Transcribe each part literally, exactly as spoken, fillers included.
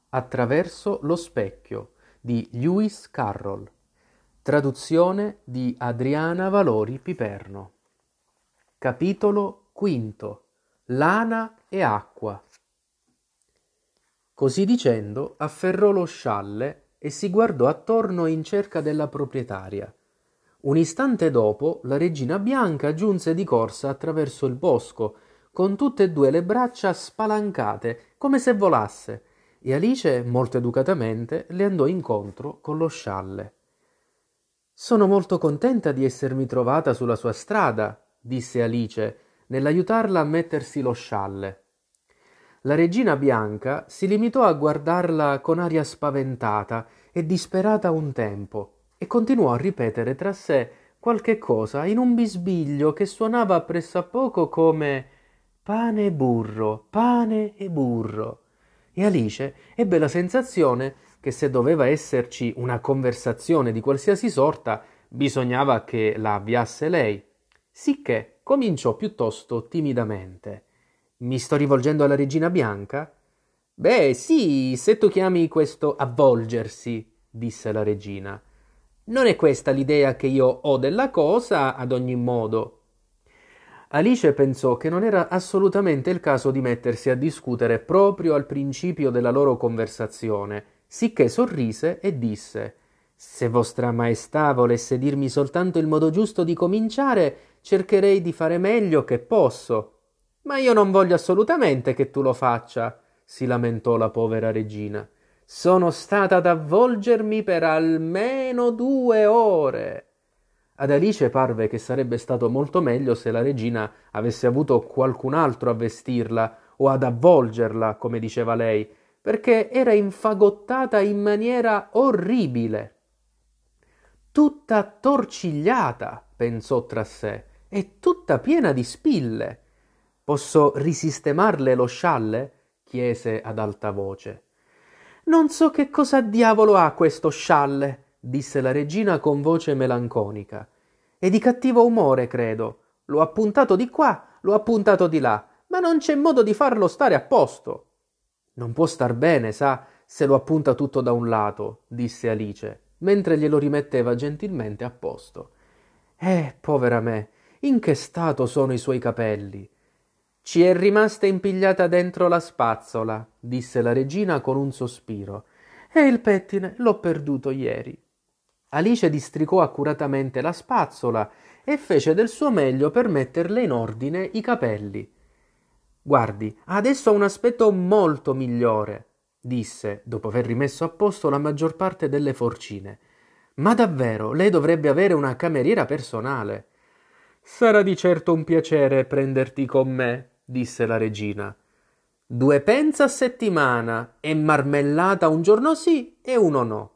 Attraverso lo specchio di Lewis Carroll. Traduzione di Adriana Valori Piperno. Capitolo quinto. Lana e acqua. Così dicendo, afferrò lo scialle e si guardò attorno in cerca della proprietaria. Un istante dopo, la regina bianca giunse di corsa attraverso il bosco, con tutte e due le braccia spalancate, come se volasse, e Alice, molto educatamente, le andò incontro con lo scialle. «Sono molto contenta di essermi trovata sulla sua strada», disse Alice, nell'aiutarla a mettersi lo scialle. La regina bianca si limitò a guardarla con aria spaventata e disperata un tempo e continuò a ripetere tra sé qualche cosa in un bisbiglio che suonava pressappoco come «pane e burro, pane e burro». E Alice ebbe la sensazione che se doveva esserci una conversazione di qualsiasi sorta, bisognava che la avviasse lei, sicché cominciò piuttosto timidamente. «Mi sto rivolgendo alla regina bianca?» «Beh, sì, se tu chiami questo avvolgersi», disse la regina. «Non è questa l'idea che io ho della cosa, ad ogni modo». Alice pensò che non era assolutamente il caso di mettersi a discutere proprio al principio della loro conversazione, sicché sorrise e disse: «Se vostra maestà volesse dirmi soltanto il modo giusto di cominciare, cercherei di fare meglio che posso». «Ma io non voglio assolutamente che tu lo faccia», si lamentò la povera regina. «Sono stata ad avvolgermi per almeno due ore». Ad Alice parve che sarebbe stato molto meglio se la regina avesse avuto qualcun altro a vestirla o ad avvolgerla, come diceva lei, perché era infagottata in maniera orribile. «Tutta torcigliata», pensò tra sé, «e tutta piena di spille». «Posso risistemarle lo scialle?» chiese ad alta voce. «Non so che cosa diavolo ha questo scialle», disse la regina con voce melanconica. «È di cattivo umore, credo. L'ho appuntato di qua, l'ho appuntato di là, ma non c'è modo di farlo stare a posto». «Non può star bene, sa, se lo appunta tutto da un lato», disse Alice, mentre glielo rimetteva gentilmente a posto. «Eh, povera me, in che stato sono i suoi capelli?» «Ci è rimasta impigliata dentro la spazzola», disse la regina con un sospiro. «E il pettine l'ho perduto ieri». Alice districò accuratamente la spazzola e fece del suo meglio per metterle in ordine i capelli. «Guardi, adesso ha un aspetto molto migliore», disse, dopo aver rimesso a posto la maggior parte delle forcine. «Ma davvero, lei dovrebbe avere una cameriera personale». «Sarà di certo un piacere prenderti con me», disse la regina. «Due pence a settimana e marmellata un giorno sì e uno no».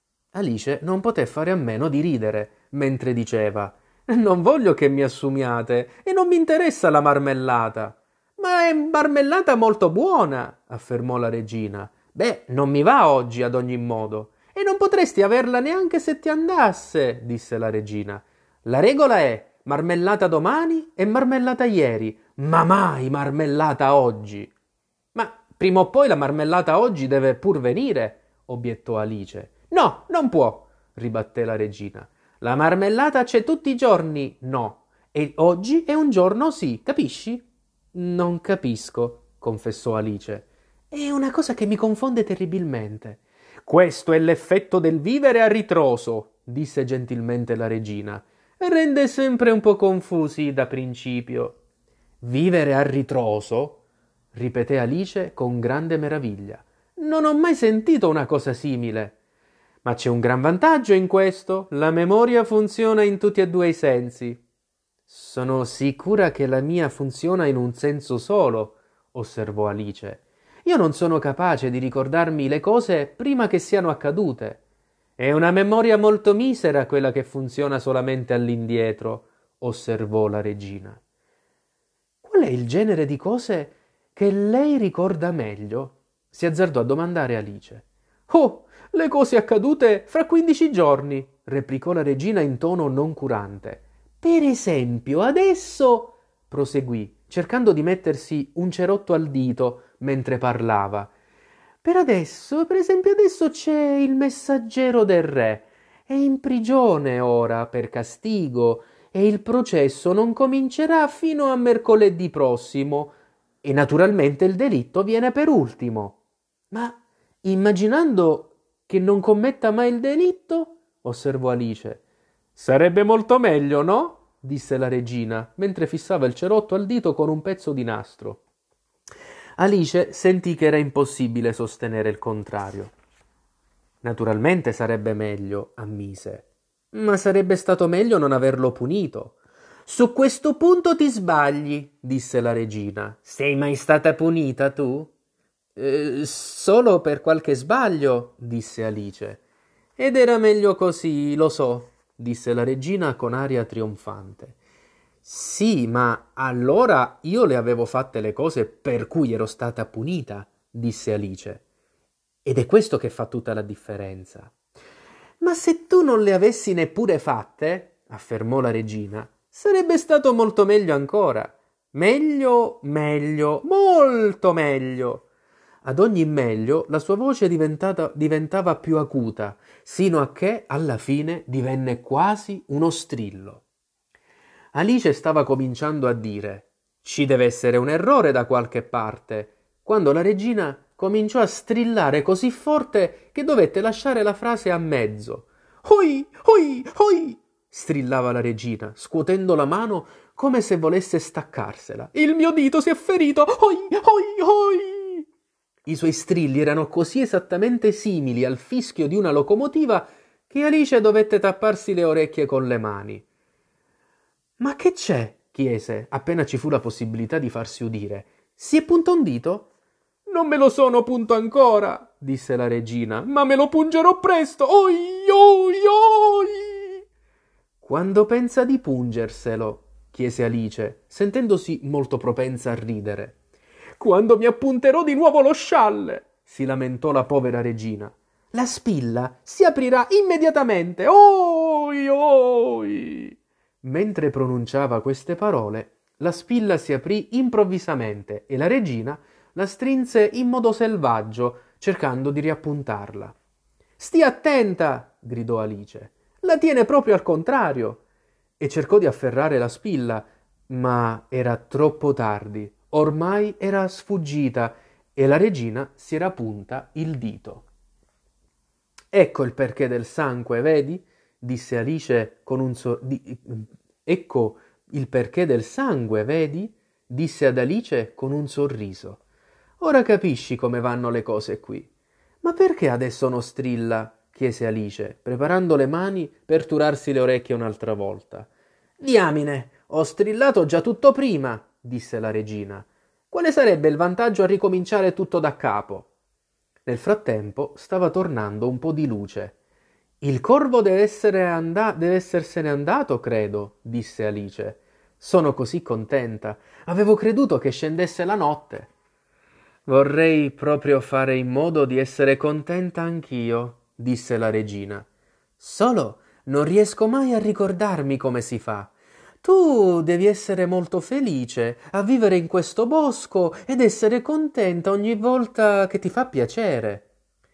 Alice non poté fare a meno di ridere mentre diceva: «Non voglio che mi assumiate e non mi interessa la marmellata». «Ma è marmellata molto buona», affermò la regina. «Beh, non mi va oggi ad ogni modo». «E non potresti averla neanche se ti andasse», disse la regina. «La regola è marmellata domani e marmellata ieri, ma mai marmellata oggi». «Ma prima o poi la marmellata oggi deve pur venire», obiettò Alice. «No, non può», ribatté la regina. «La marmellata c'è tutti i giorni, no, e oggi è un giorno sì, capisci?» «Non capisco», confessò Alice. «È una cosa che mi confonde terribilmente». «Questo è l'effetto del vivere a ritroso», disse gentilmente la regina. «Rende sempre un po' confusi da principio». «Vivere a ritroso?» ripeté Alice con grande meraviglia. «Non ho mai sentito una cosa simile». «Ma c'è un gran vantaggio in questo. La memoria funziona in tutti e due i sensi». «Sono sicura che la mia funziona in un senso solo», osservò Alice. «Io non sono capace di ricordarmi le cose prima che siano accadute». «È una memoria molto misera quella che funziona solamente all'indietro», osservò la regina. «Qual è il genere di cose che lei ricorda meglio?» si azzardò a domandare Alice. «Oh, le cose accadute fra quindici giorni», replicò la regina in tono noncurante. «Per esempio, adesso», proseguì, cercando di mettersi un cerotto al dito mentre parlava, Per adesso, per esempio adesso c'è il messaggero del re. È in prigione ora per castigo e il processo non comincerà fino a mercoledì prossimo e naturalmente il delitto viene per ultimo. Ma immaginando che non commetta mai il delitto, osservò Alice. Sarebbe molto meglio, no? Disse la regina, mentre fissava il cerotto al dito con un pezzo di nastro. Alice sentì che era impossibile sostenere il contrario. Naturalmente sarebbe meglio, ammise, ma sarebbe stato meglio non averlo punito. Su questo punto ti sbagli, disse la regina. Sei mai stata punita tu? Eh, solo per qualche sbaglio, disse Alice. Ed era meglio così, lo so, disse la regina con aria trionfante. Sì, ma allora io le avevo fatte le cose per cui ero stata punita, disse Alice. Ed è questo che fa tutta la differenza. Ma se tu non le avessi neppure fatte, affermò la regina, sarebbe stato molto meglio ancora. Meglio, meglio, molto meglio. Ad ogni meglio la sua voce diventata, diventava più acuta, sino a che alla fine divenne quasi uno strillo. Alice stava cominciando a dire «Ci deve essere un errore da qualche parte», quando la regina cominciò a strillare così forte che dovette lasciare la frase a mezzo. «Oi, oi, oi!» strillava la regina, scuotendo la mano come se volesse staccarsela. «Il mio dito si è ferito! Oi, oi, oi!» I suoi strilli erano così esattamente simili al fischio di una locomotiva che Alice dovette tapparsi le orecchie con le mani. «Ma che c'è?» chiese, appena ci fu la possibilità di farsi udire. «Si è punto un dito?» «Non me lo sono punto ancora», disse la regina, «ma me lo pungerò presto! Oi, oi, oi!» «Quando pensa di pungerselo?» chiese Alice, sentendosi molto propensa a ridere. «Quando mi appunterò di nuovo lo scialle!» si lamentò la povera regina. «La spilla si aprirà immediatamente! Oi, oi!» Mentre pronunciava queste parole, la spilla si aprì improvvisamente e la regina la strinse in modo selvaggio, cercando di riappuntarla. «Stia attenta!» gridò Alice. «La tiene proprio al contrario!» E cercò di afferrare la spilla, ma era troppo tardi. Ormai era sfuggita e la regina si era punta il dito. «Ecco il perché del sangue, vedi?» disse Alice con un sorriso. «Ecco il perché del sangue, vedi?» disse ad Alice con un sorriso. «Ora capisci come vanno le cose qui». «Ma perché adesso non strilla?» chiese Alice, preparando le mani per turarsi le orecchie un'altra volta. «Diamine, ho strillato già tutto prima», disse la regina. «Quale sarebbe il vantaggio a ricominciare tutto da capo?» Nel frattempo stava tornando un po' di luce. «Il corvo deve essere and- deve essersene andato, credo», disse Alice. «Sono così contenta. Avevo creduto che scendesse la notte». «Vorrei proprio fare in modo di essere contenta anch'io», disse la regina. «Solo non riesco mai a ricordarmi come si fa. Tu devi essere molto felice a vivere in questo bosco ed essere contenta ogni volta che ti fa piacere».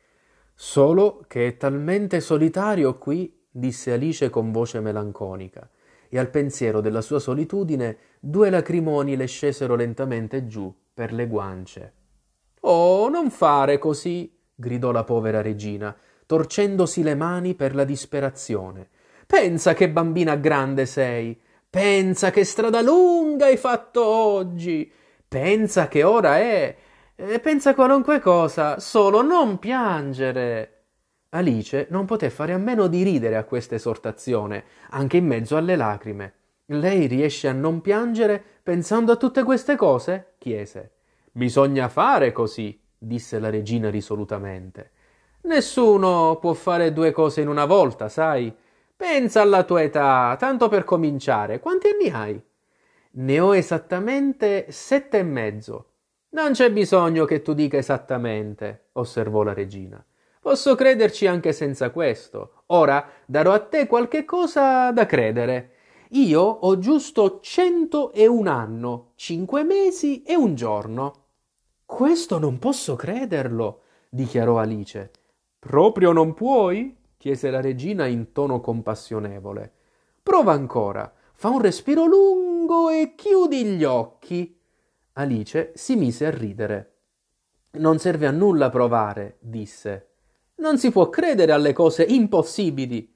«Solo che è talmente solitario qui», disse Alice con voce melanconica, e al pensiero della sua solitudine due lacrimoni le scesero lentamente giù per le guance. «Oh, non fare così!» gridò la povera regina, torcendosi le mani per la disperazione. «Pensa che bambina grande sei! Pensa che strada lunga hai fatto oggi! Pensa che ora è! E pensa a qualunque cosa, solo non piangere!» Alice non poté fare a meno di ridere a questa esortazione, anche in mezzo alle lacrime. «Lei riesce a non piangere pensando a tutte queste cose?» chiese. «Bisogna fare così», disse la regina risolutamente. «Nessuno può fare due cose in una volta, sai? Pensa alla tua età, tanto per cominciare. Quanti anni hai?» «Ne ho esattamente sette e mezzo». «Non c'è bisogno che tu dica esattamente», osservò la regina. «Posso crederci anche senza questo. Ora darò a te qualche cosa da credere. Io ho giusto cento e un anno, cinque mesi e un giorno». «Questo non posso crederlo», dichiarò Alice. Proprio non puoi? Chiese la regina in tono compassionevole. Prova ancora, fa un respiro lungo e chiudi gli occhi. Alice si mise a ridere. Non serve a nulla provare, disse. Non si può credere alle cose impossibili.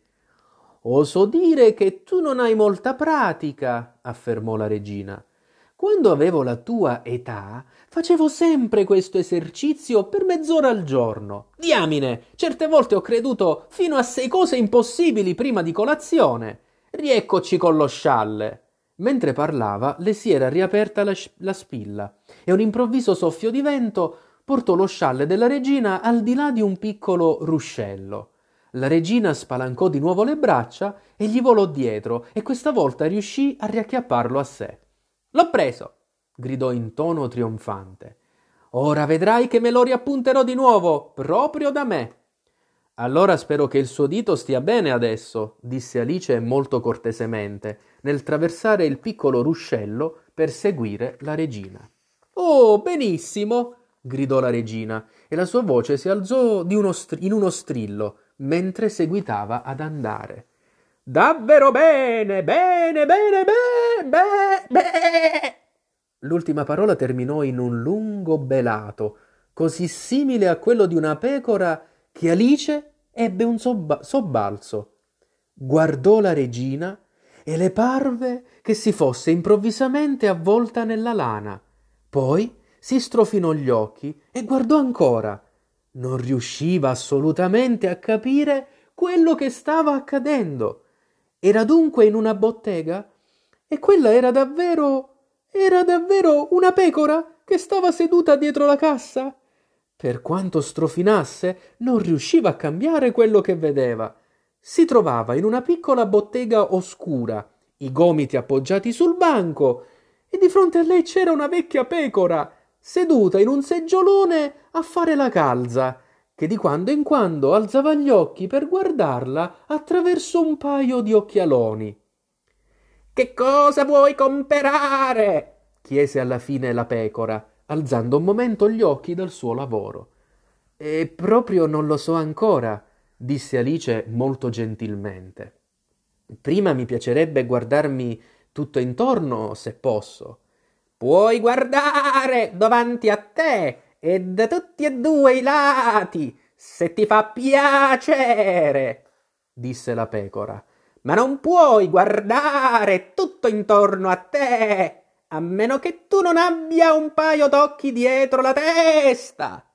Oso dire che tu non hai molta pratica, affermò la regina. Quando avevo la tua età, facevo sempre questo esercizio per mezz'ora al giorno. Diamine, certe volte ho creduto fino a sei cose impossibili prima di colazione. Rieccoci con lo scialle. Mentre parlava, le si era riaperta la, la spilla e un improvviso soffio di vento portò lo scialle della regina al di là di un piccolo ruscello. La regina spalancò di nuovo le braccia e gli volò dietro e questa volta riuscì a riacchiapparlo a sé. L'ho preso, gridò in tono trionfante. Ora vedrai che me lo riappunterò di nuovo, proprio da me. Allora spero che il suo dito stia bene adesso, disse Alice molto cortesemente, nel traversare il piccolo ruscello per seguire la regina. Oh, benissimo, gridò la regina, e la sua voce si alzò di uno str- in uno strillo, mentre seguitava ad andare. Davvero bene, bene, bene, bene, bene, bene. L'ultima parola terminò in un lungo belato, così simile a quello di una pecora che Alice ebbe un sobba- sobbalzo. Guardò la regina e le parve che si fosse improvvisamente avvolta nella lana. Poi si strofinò gli occhi e guardò ancora. Non riusciva assolutamente a capire quello che stava accadendo. Era dunque in una bottega? E quella era davvero... era davvero una pecora che stava seduta dietro la cassa? Per quanto strofinasse, non riusciva a cambiare quello che vedeva. Si trovava in una piccola bottega oscura, i gomiti appoggiati sul banco, e di fronte a lei c'era una vecchia pecora, seduta in un seggiolone a fare la calza, che di quando in quando alzava gli occhi per guardarla attraverso un paio di occhialoni. Che cosa vuoi comperare? Chiese alla fine la pecora, alzando un momento gli occhi dal suo lavoro. E proprio non lo so ancora, disse Alice molto gentilmente. Prima mi piacerebbe guardarmi tutto intorno, se posso. Puoi guardare davanti a te e da tutti e due i lati, se ti fa piacere, disse la pecora. Ma non puoi guardare tutto intorno a te, a meno che tu non abbia un paio d'occhi dietro la testa.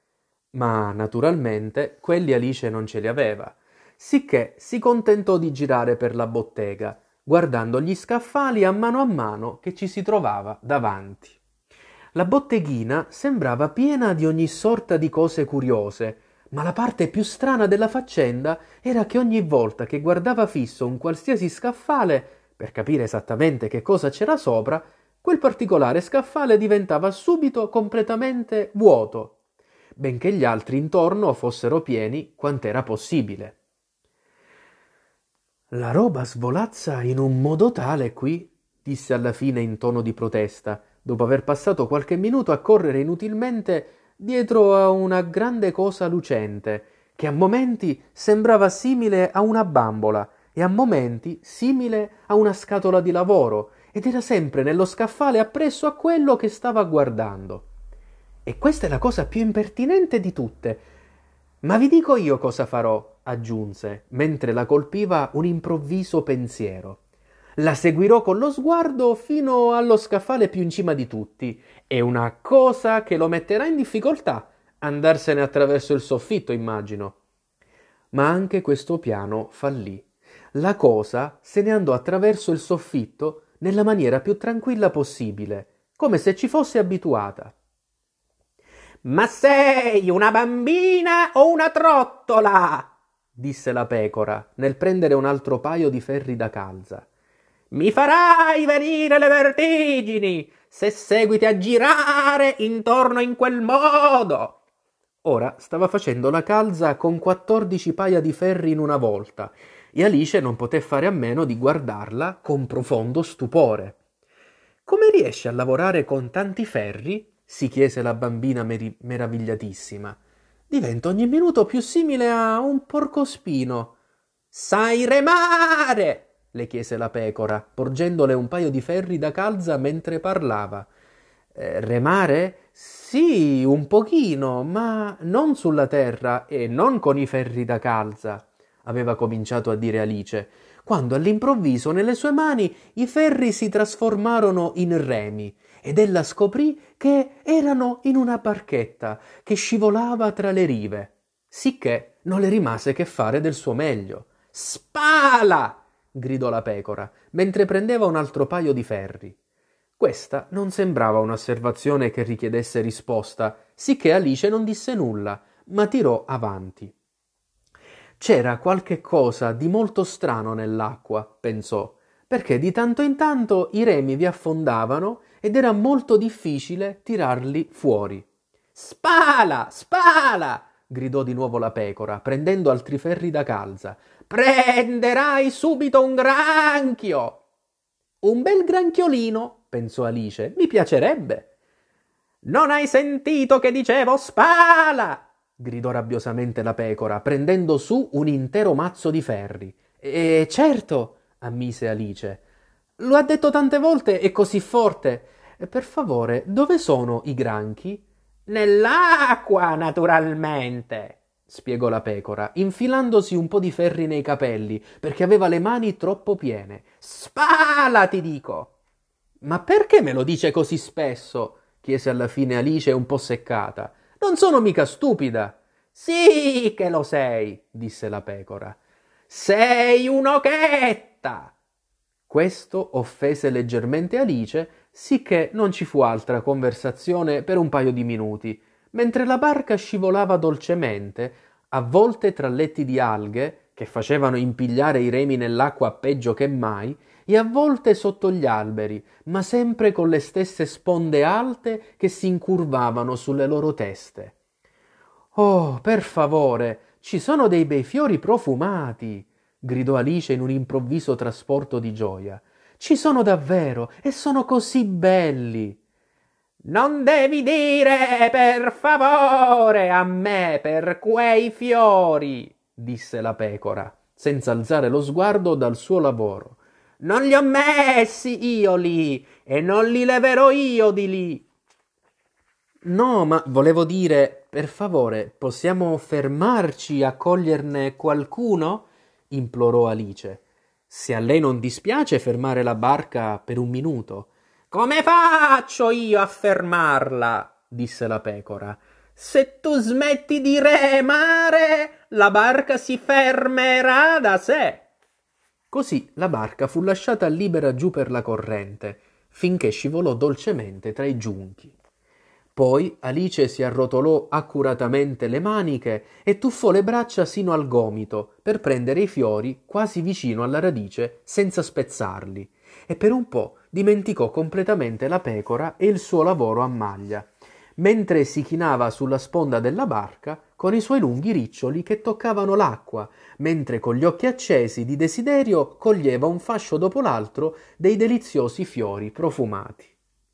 Ma naturalmente quelli Alice non ce li aveva, sicché si contentò di girare per la bottega, guardando gli scaffali a mano a mano che ci si trovava davanti. La botteghina sembrava piena di ogni sorta di cose curiose, ma la parte più strana della faccenda era che ogni volta che guardava fisso un qualsiasi scaffale, per capire esattamente che cosa c'era sopra, quel particolare scaffale diventava subito completamente vuoto, benché gli altri intorno fossero pieni quant'era possibile. La roba svolazza in un modo tale qui, disse alla fine in tono di protesta, dopo aver passato qualche minuto a correre inutilmente dietro a una grande cosa lucente, che a momenti sembrava simile a una bambola e a momenti simile a una scatola di lavoro, ed era sempre nello scaffale appresso a quello che stava guardando. E questa è la cosa più impertinente di tutte. Ma vi dico io cosa farò, aggiunse, mentre la colpiva un improvviso pensiero. La seguirò con lo sguardo fino allo scaffale più in cima di tutti. È una cosa che lo metterà in difficoltà, andarsene attraverso il soffitto, immagino. Ma anche questo piano fallì. La cosa se ne andò attraverso il soffitto nella maniera più tranquilla possibile, come se ci fosse abituata. Ma sei una bambina o una trottola? Disse la pecora, nel prendere un altro paio di ferri da calza. Mi farai venire le vertigini se seguiti a girare intorno in quel modo. Ora stava facendo la calza con quattordici paia di ferri in una volta e Alice non poté fare a meno di guardarla con profondo stupore. Come riesci a lavorare con tanti ferri? Si chiese la bambina meri- meravigliatissima. diventa ogni minuto più simile a un porcospino. Sai remare? Le chiese la pecora, porgendole un paio di ferri da calza mentre parlava. Eh, remare? Sì, un pochino, ma non sulla terra e non con i ferri da calza, aveva cominciato a dire Alice, quando all'improvviso nelle sue mani i ferri si trasformarono in remi ed ella scoprì che erano in una barchetta che scivolava tra le rive, sicché non le rimase che fare del suo meglio. Spala! Gridò la pecora, mentre prendeva un altro paio di ferri. Questa non sembrava un'osservazione che richiedesse risposta, sicché Alice non disse nulla, ma tirò avanti. C'era qualche cosa di molto strano nell'acqua, pensò, perché di tanto in tanto i remi vi affondavano ed era molto difficile tirarli fuori. Spala! Spala! Gridò di nuovo la pecora, prendendo altri ferri da calza. Prenderai subito un granchio! Un bel granchiolino, pensò Alice, mi piacerebbe. Non hai sentito che dicevo spala? Gridò rabbiosamente la pecora, prendendo su un intero mazzo di ferri. E certo, ammise Alice. Lo ha detto tante volte e così forte. Per favore, dove sono i granchi? Nell'acqua, naturalmente, spiegò la pecora, infilandosi un po' di ferri nei capelli, perché aveva le mani troppo piene. Spala, ti dico! Ma perché me lo dice così spesso? Chiese alla fine Alice un po' seccata. Non sono mica stupida. Sì che lo sei, disse la pecora. Sei un'ochetta! Questo offese leggermente Alice, sicché non ci fu altra conversazione per un paio di minuti, mentre la barca scivolava dolcemente, a volte tra letti di alghe, che facevano impigliare i remi nell'acqua peggio che mai, e a volte sotto gli alberi, ma sempre con le stesse sponde alte che si incurvavano sulle loro teste. Oh, per favore, ci sono dei bei fiori profumati! Gridò Alice in un improvviso trasporto di gioia. Ci sono davvero e sono così belli! Non devi dire per favore a me per quei fiori, disse la pecora, senza alzare lo sguardo dal suo lavoro. Non li ho messi io lì e non li leverò io di lì. No, ma volevo dire, per favore, possiamo fermarci a coglierne qualcuno? Implorò Alice. Se a lei non dispiace fermare la barca per un minuto. Come faccio io a fermarla? Disse la pecora. Se tu smetti di remare, la barca si fermerà da sé. Così la barca fu lasciata libera giù per la corrente, finché scivolò dolcemente tra i giunchi. Poi Alice si arrotolò accuratamente le maniche e tuffò le braccia sino al gomito per prendere i fiori quasi vicino alla radice senza spezzarli, e per un po' dimenticò completamente la pecora e il suo lavoro a maglia, mentre si chinava sulla sponda della barca con i suoi lunghi riccioli che toccavano l'acqua, mentre con gli occhi accesi di desiderio coglieva un fascio dopo l'altro dei deliziosi fiori profumati.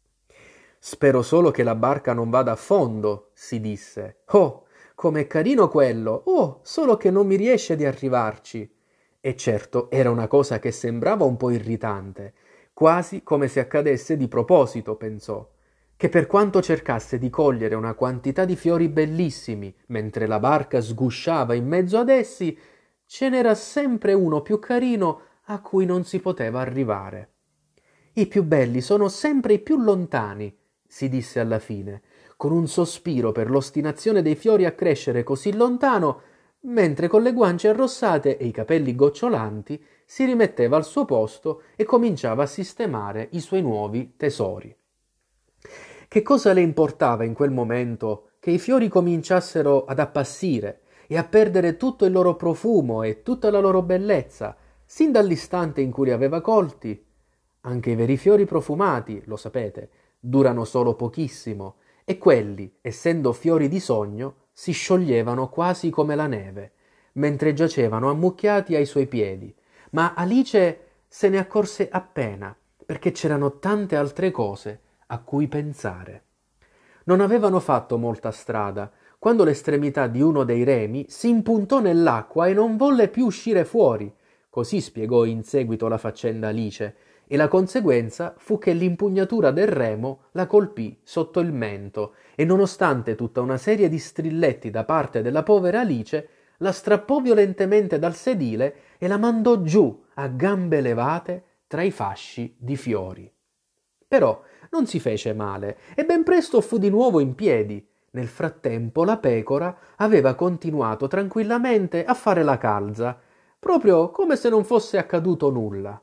Spero solo che la barca non vada a fondo, si disse. Oh, com'è carino quello! Oh, solo che non mi riesce di arrivarci. E certo, era una cosa che sembrava un po' irritante, quasi come se accadesse di proposito, pensò, che per quanto cercasse di cogliere una quantità di fiori bellissimi mentre la barca sgusciava in mezzo ad essi, ce n'era sempre uno più carino a cui non si poteva arrivare. I più belli sono sempre i più lontani, si disse alla fine, con un sospiro per l'ostinazione dei fiori a crescere così lontano, mentre con le guance arrossate e i capelli gocciolanti si rimetteva al suo posto e cominciava a sistemare i suoi nuovi tesori. Che cosa le importava in quel momento che i fiori cominciassero ad appassire e a perdere tutto il loro profumo e tutta la loro bellezza, sin dall'istante in cui li aveva colti? Anche i veri fiori profumati, lo sapete, durano solo pochissimo, e quelli, essendo fiori di sogno, si scioglievano quasi come la neve, mentre giacevano ammucchiati ai suoi piedi. Ma Alice se ne accorse appena, perché c'erano tante altre cose a cui pensare. Non avevano fatto molta strada, quando l'estremità di uno dei remi si impuntò nell'acqua e non volle più uscire fuori. Così spiegò in seguito la faccenda Alice, e la conseguenza fu che l'impugnatura del remo la colpì sotto il mento e nonostante tutta una serie di strilletti da parte della povera Alice, la strappò violentemente dal sedile e la mandò giù a gambe levate tra i fasci di fiori. Però non si fece male e ben presto fu di nuovo in piedi. Nel frattempo la pecora aveva continuato tranquillamente a fare la calza, proprio come se non fosse accaduto nulla.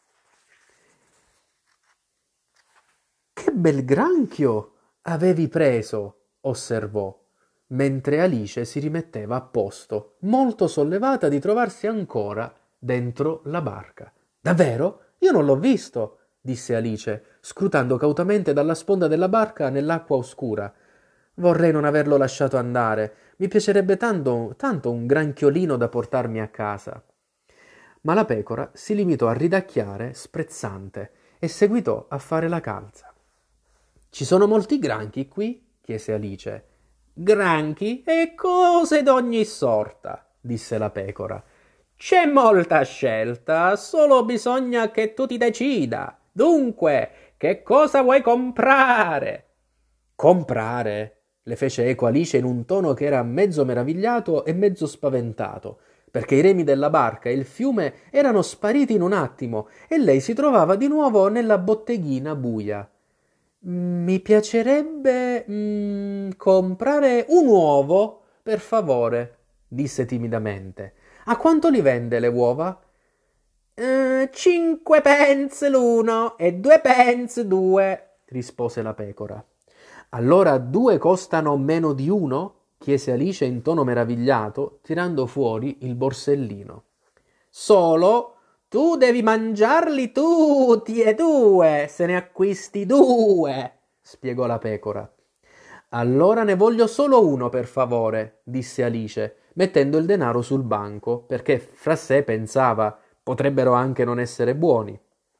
«Che bel granchio avevi preso!» osservò, mentre Alice si rimetteva a posto, molto sollevata di trovarsi ancora dentro la barca. «Davvero? Io non l'ho visto!» disse Alice, scrutando cautamente dalla sponda della barca nell'acqua oscura. «Vorrei non averlo lasciato andare. Mi piacerebbe tanto, tanto un granchiolino da portarmi a casa». Ma la pecora si limitò a ridacchiare sprezzante e seguitò a fare la calza. «Ci sono molti granchi qui?» chiese Alice. «Granchi e cose d'ogni sorta», disse la pecora. «C'è molta scelta, solo bisogna che tu ti decida. Dunque, che cosa vuoi comprare?» «Comprare?» le fece eco Alice in un tono che era mezzo meravigliato e mezzo spaventato, perché i remi della barca e il fiume erano spariti in un attimo e lei si trovava di nuovo nella botteghina buia. «Mi piacerebbe mm, comprare un uovo, per favore», disse timidamente. «A quanto li vende le uova?» Eh, «Cinque pence l'uno e due pence due», rispose la pecora. «Allora due costano meno di uno?» chiese Alice in tono meravigliato, tirando fuori il borsellino. «Solo tu devi mangiarli tutti e due, se ne acquisti due», spiegò la pecora. «Allora ne voglio solo uno, per favore», disse Alice, mettendo il denaro sul banco, perché fra sé pensava potrebbero anche non essere buoni.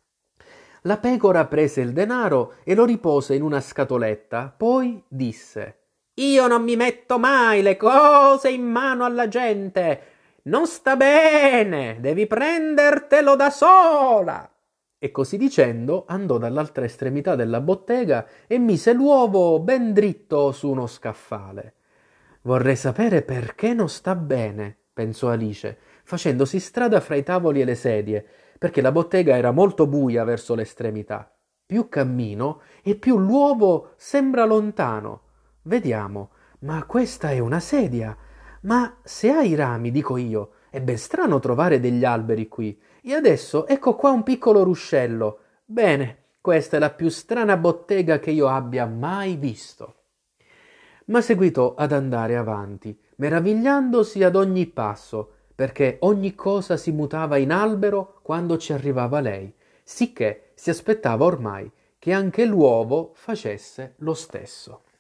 La pecora prese il denaro e lo ripose in una scatoletta, poi disse: «Io non mi metto mai le cose in mano alla gente. Non sta bene, devi prendertelo da sola». E così dicendo andò dall'altra estremità della bottega e mise l'uovo ben dritto su uno scaffale. «Vorrei sapere perché non sta bene», pensò Alice, facendosi strada fra i tavoli e le sedie, perché la bottega era molto buia verso l'estremità. Più cammino e più l'uovo sembra lontano. Vediamo, ma questa è una sedia. Ma se ha i rami, dico io, è ben strano trovare degli alberi qui. E adesso ecco qua un piccolo ruscello. Bene, questa è la più strana bottega che io abbia mai visto. Ma seguitò ad andare avanti, meravigliandosi ad ogni passo, perché ogni cosa si mutava in albero quando ci arrivava lei, sicché si aspettava ormai che anche l'uovo facesse lo stesso.